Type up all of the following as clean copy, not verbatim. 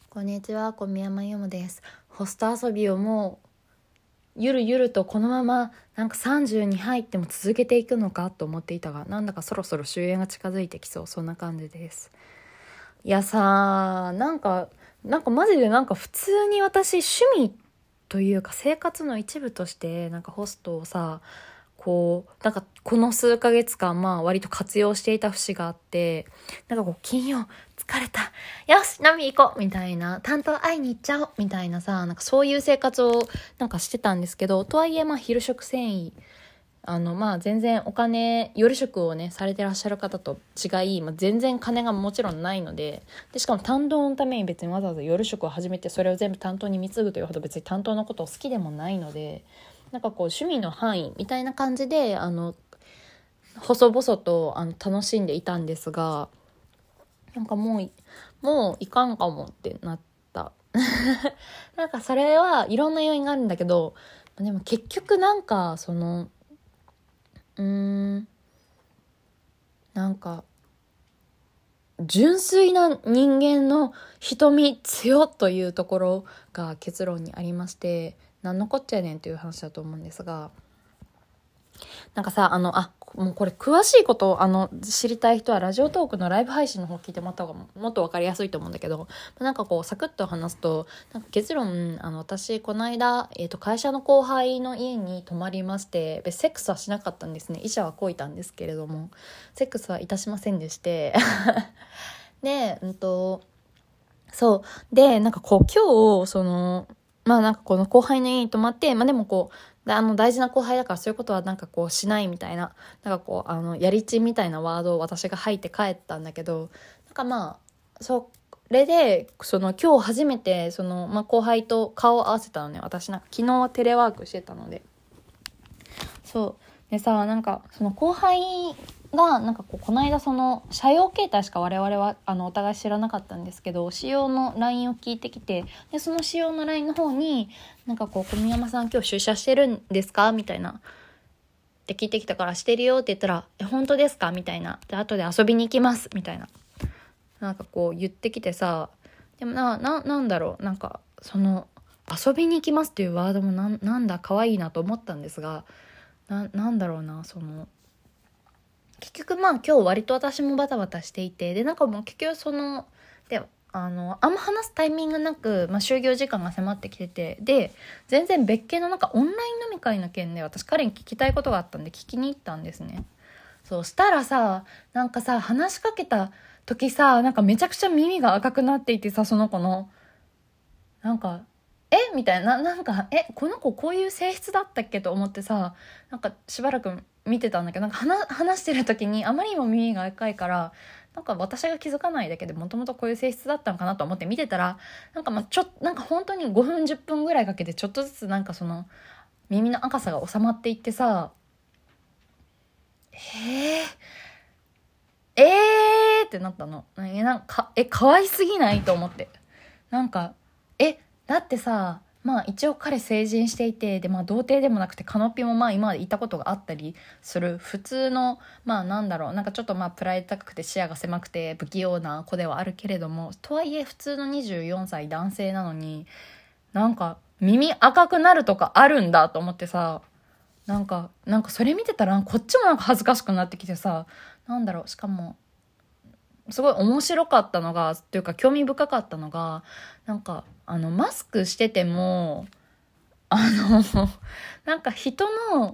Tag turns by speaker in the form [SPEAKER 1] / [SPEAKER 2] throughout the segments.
[SPEAKER 1] こんにちは、小宮山ゆもです。ホスト遊びをもうゆるゆるとこのまま30に入っても続けていくのかと思っていたが、なんだかそろそろ終焉が近づいてきそう、そんな感じです。いやさ、マジで普通に私趣味というか生活の一部としてホストをさ、この数ヶ月間割と活用していた節があって、金曜疲れた、よし飲み行こうみたいな、担当会いに行っちゃおうみたいなさ、そういう生活をしてたんですけど、とはいえ昼食繊維全然夜食をねされてらっしゃる方と違い、全然金がもちろんないので、しかも担当のために別にわざわざ夜食を始めてそれを全部担当に貢ぐというほど別に担当のことを好きでもないので、趣味の範囲みたいな感じで細々と楽しんでいたんですが、もういかんかもってなったそれはいろんな要因があるんだけど、でも結局純粋な人間の瞳強というところが結論にありまして、何のこっちゃやねんという話だと思うんですが、もうこれ詳しいことを知りたい人はラジオトークのライブ配信の方聞いてもらった方がもっと分かりやすいと思うんだけど、サクッと話すと、結論私この間、会社の後輩の家に泊まりまして、セックスはしなかったんですね。医者はこいたんですけれどもセックスはいたしませんでしてでそうで今日この後輩の家に泊まって、でも大事な後輩だからそういうことはしないみたいな、やりちみたいなワードを私が吐いて帰ったんだけど、それで今日初めて後輩と顔を合わせたのね。私昨日はテレワークしてたので、そうでさ、その後輩がこの間社用携帯しか我々はお互い知らなかったんですけど、仕様の LINE を聞いてきて、でその仕様の LINE の方に小宮山さん今日出社してるんですかみたいなって聞いてきたから、してるよって言ったら、本当ですかみたいな、で後で遊びに行きますみたいな言ってきてさ、でもなんだろう、遊びに行きますっていうワードもなんだ可愛いなと思ったんですが、なんだろうな、結局今日割と私もバタバタしていて、でもう結局であんま話すタイミングなく、就業時間が迫ってきてて、で全然別件のオンライン飲み会の件で私彼に聞きたいことがあったんで聞きに行ったんですね。そうしたらさ、話しかけた時さ、めちゃくちゃ耳が赤くなっていてさ、その子のみたいな、この子こういう性質だったっけと思ってさ、しばらく見てたんだけど、話してる時にあまりにも耳が赤いから、私が気づかないだけでもともとこういう性質だったのかなと思って見てたら、本当に5分10分ぐらいかけてちょっとずつ耳の赤さが収まっていってさ、ってなったの。可愛すぎないと思って。だってさ、一応彼成人していて、で童貞でもなくてカノピも今までいたことがあったりする普通のちょっとプライド高くて視野が狭くて不器用な子ではあるけれども、とはいえ普通の24歳男性なのに耳赤くなるとかあるんだと思ってさ、それ見てたらこっちも恥ずかしくなってきてさ、しかもすごい面白かったのが、というか興味深かったのが、マスクしてても人の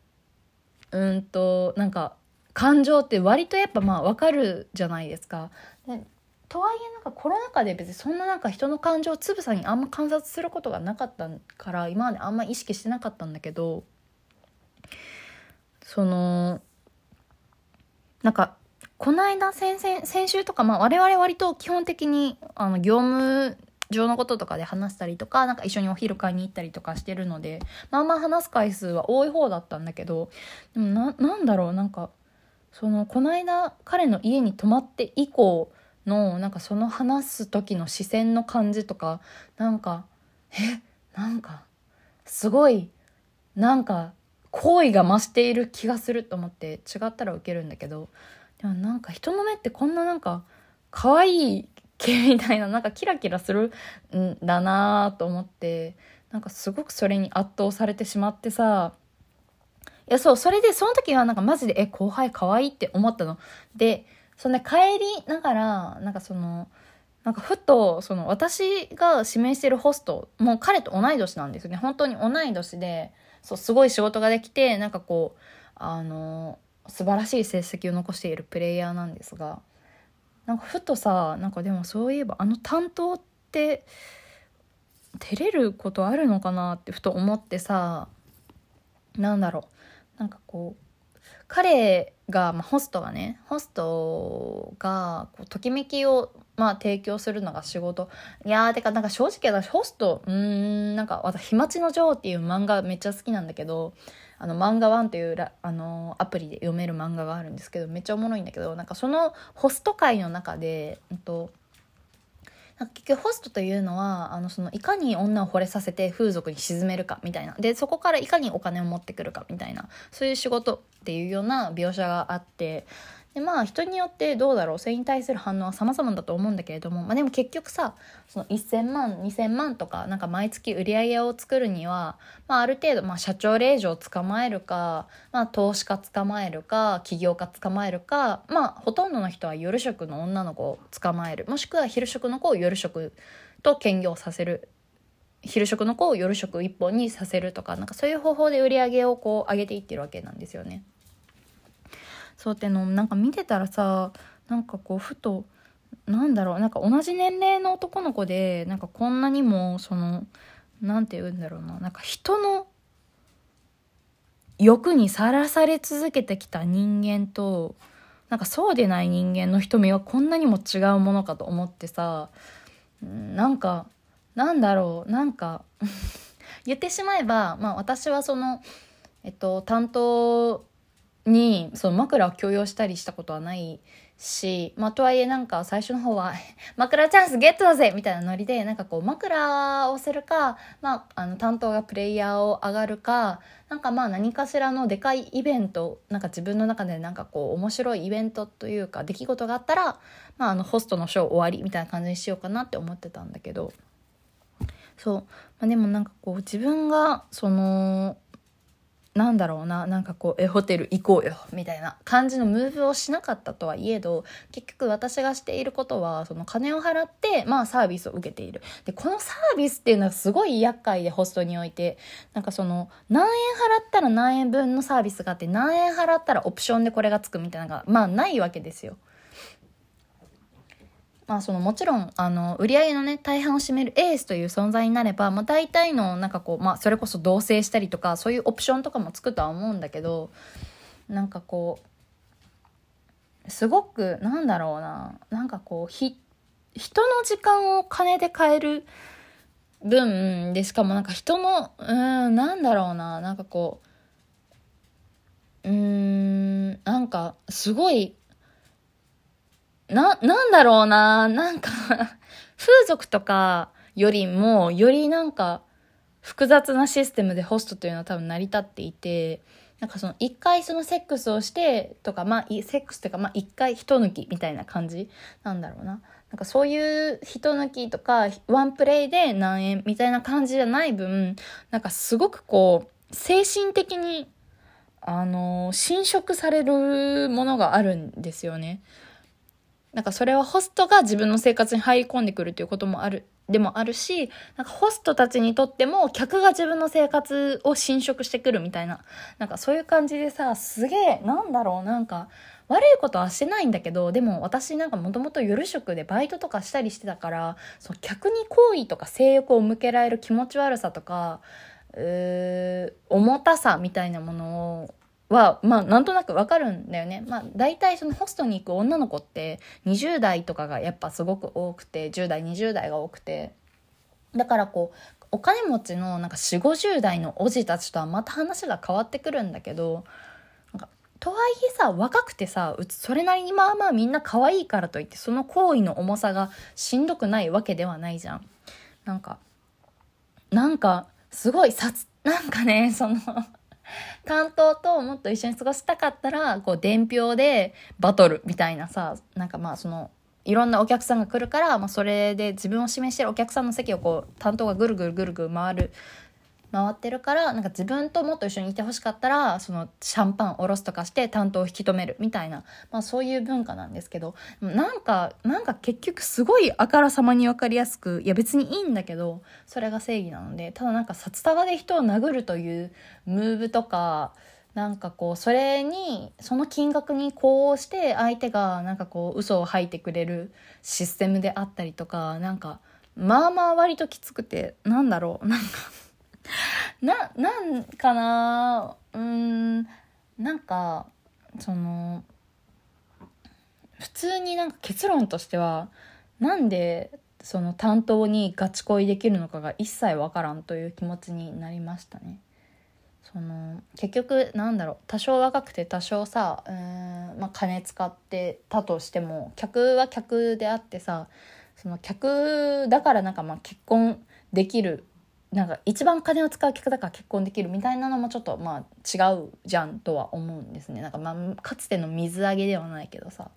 [SPEAKER 1] 感情って割とやっぱ分かるじゃないですか。でとはいえコロナ禍で別にそんな人の感情をつぶさにあんま観察することがなかったから今まであんま意識してなかったんだけど、この間先週とか我々割と基本的に業務上のこととかで話したりとか、一緒にお昼買いに行ったりとかしてるので、話す回数は多い方だったんだけど、でもこの間彼の家に泊まって以降のその話す時の視線の感じとか、すごい好意が増している気がすると思って、違ったら受けるんだけど、でも人の目ってこんな可愛いけみたいな、なんかキラキラするんだなと思って、なんかすごくそれに圧倒されてしまってさ、いや、そう、それでその時はなんかマジで後輩可愛いって思ったの。で、そんで帰りながらなんかなんかふと私が指名してるホストもう彼と同い年なんですよね。本当に同い年で、そう、すごい仕事ができて、なんかこう素晴らしい成績を残しているプレイヤーなんですが、なんかふとさ、なんかでもそういえば担当って照れることあるのかなってふと思ってさ、なんだろう、なんかこう彼が、ホストがこうときめきを、提供するのが仕事。いやー、てかなんか正直私ホスト、なんか私、ひまちの女王っていう漫画めっちゃ好きなんだけど、漫画ワンというアプリで読める漫画があるんですけど、めっちゃおもろいんだけど、なんかそのホスト界の中で、なんか結局ホストというのはいかに女を惚れさせて風俗に沈めるかみたいな、でそこからいかにお金を持ってくるかみたいな、そういう仕事っていうような描写があって、で人によってどうだろう、それに対する反応は様々だと思うんだけれども、でも結局さ、その1000万2000万とかなんか毎月売り上げを作るには、ある程度、社長令嬢を捕まえるか、投資家捕まえるか、起業家捕まえるか、ほとんどの人は夜職の女の子を捕まえる、もしくは昼職の子を夜職と兼業させる、昼職の子を夜職一本にさせるとか、なんかそういう方法で売り上げをこう上げていってるわけなんですよね。そうってのなんか見てたらさ、なんかこうふと、なんだろう、なんか同じ年齢の男の子でなんかこんなにもなんて言うんだろうな、なんか人の欲にさらされ続けてきた人間と、なんかそうでない人間の瞳はこんなにも違うものかと思ってさ、なんかなんだろう、なんか言ってしまえば、私は担当にその枕を強要したりしたことはないし、とはいえなんか最初の方は枕チャンスゲットだぜみたいなノリで、なんかこう枕をするか、担当がプレイヤーを上がるか、なんか何かしらのでかいイベント、なんか自分の中でなんかこう面白いイベントというか出来事があったら、ホストのショー終わりみたいな感じにしようかなって思ってたんだけど、そう、でもなんかこう自分がなんだろうな、なんかこうホテル行こうよみたいな感じのムーブをしなかったとはいえど、結局私がしていることはその金を払ってサービスを受けている。でこのサービスっていうのはすごい厄介で、ホストにおいてなんか何円払ったら何円分のサービスがあって、何円払ったらオプションでこれがつくみたいなのがないわけですよ。もちろん売上のね大半を占めるエースという存在になれば、大体のなんかこう、それこそ同棲したりとかそういうオプションとかもつくとは思うんだけど、なんかこうすごくなんだろうな、なんかこう人の時間を金で買える分で、しかもなんか人のなんだろうな、なんかこうなんかすごいなんだろうな、なんか風俗とかよりもよりなんか複雑なシステムでホストというのは多分成り立っていて、なんか一回セックスをしてとか、セックスというか一回一抜きみたいな感じなんだろうな。なんかそういう一抜きとかワンプレイで何円みたいな感じじゃない分、なんかすごくこう精神的に侵食されるものがあるんですよね。なんかそれはホストが自分の生活に入り込んでくるということもあるし、なんかホストたちにとっても客が自分の生活を侵食してくるみたいな、なんかそういう感じでさ、すげえ、なんだろう、なんか悪いことはしてないんだけど、でも私なんかもともと夜職でバイトとかしたりしてたから、客に好意とか性欲を向けられる気持ち悪さとか重たさみたいなものをなんとなくわかるんだよね。大体ホストに行く女の子って20代とかがやっぱすごく多くて、10代20代が多くて、だからこうお金持ちのなんか4、50代のおじたちとはまた話が変わってくるんだけど、なんかとはいえさ、若くてさ、それなりにみんな可愛いからといってその行為の重さがしんどくないわけではないじゃん。なんかすごいなんかね、担当ともっと一緒に過ごしたかったらこう伝票でバトルみたいなさ、なんかいろんなお客さんが来るから、それで自分を指名してるお客さんの席をこう担当がぐるぐるぐるぐる回ってるから、なんか自分ともっと一緒にいてほしかったらそのシャンパンおろすとかして担当を引き止めるみたいな、そういう文化なんですけど、なんか結局すごいあからさまに分かりやすく、いや別にいいんだけどそれが正義なので、ただなんか札束で人を殴るというムーブとか、なんかこうその金額にこうして相手がなんかこう嘘を吐いてくれるシステムであったりとか、なんか割ときつくて、なんだろう、なんかな、なんかその普通になんか結論としては、なんでその担当にガチ恋できるのかが一切わからんという気持ちになりましたね。結局なんだろう、多少若くて多少さ、金使ってたとしても客は客であってさ、その客だからなんか結婚できる、なんか一番金を使う客だから結婚できるみたいなのもちょっと違うじゃんとは思うんですね。なんかかつての水揚げではないけどさ、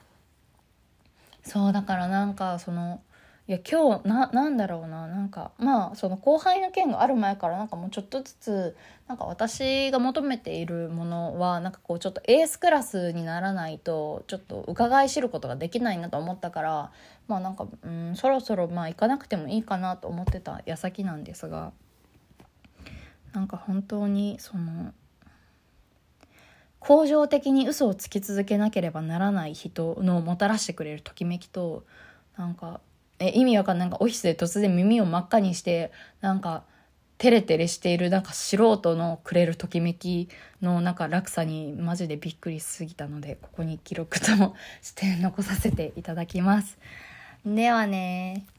[SPEAKER 1] そうだからなんかいや今日なんだろうな、なんかその後輩の件がある前からなんかもうちょっとずつなんか私が求めているものはなんかこうちょっとエースクラスにならないとちょっと伺い知ることができないなと思ったから、なんかそろそろ行かなくてもいいかなと思ってた矢先なんですが、なんか本当に恒常的に嘘をつき続けなければならない人のもたらしてくれるときめきと、なんか意味わかんない、なんかオフィスで突然耳を真っ赤にしてなんかテレテレしているなんか素人のくれるときめきのなんか落差にマジでびっくりしすぎたので、ここに記録として残させていただきます。ではね。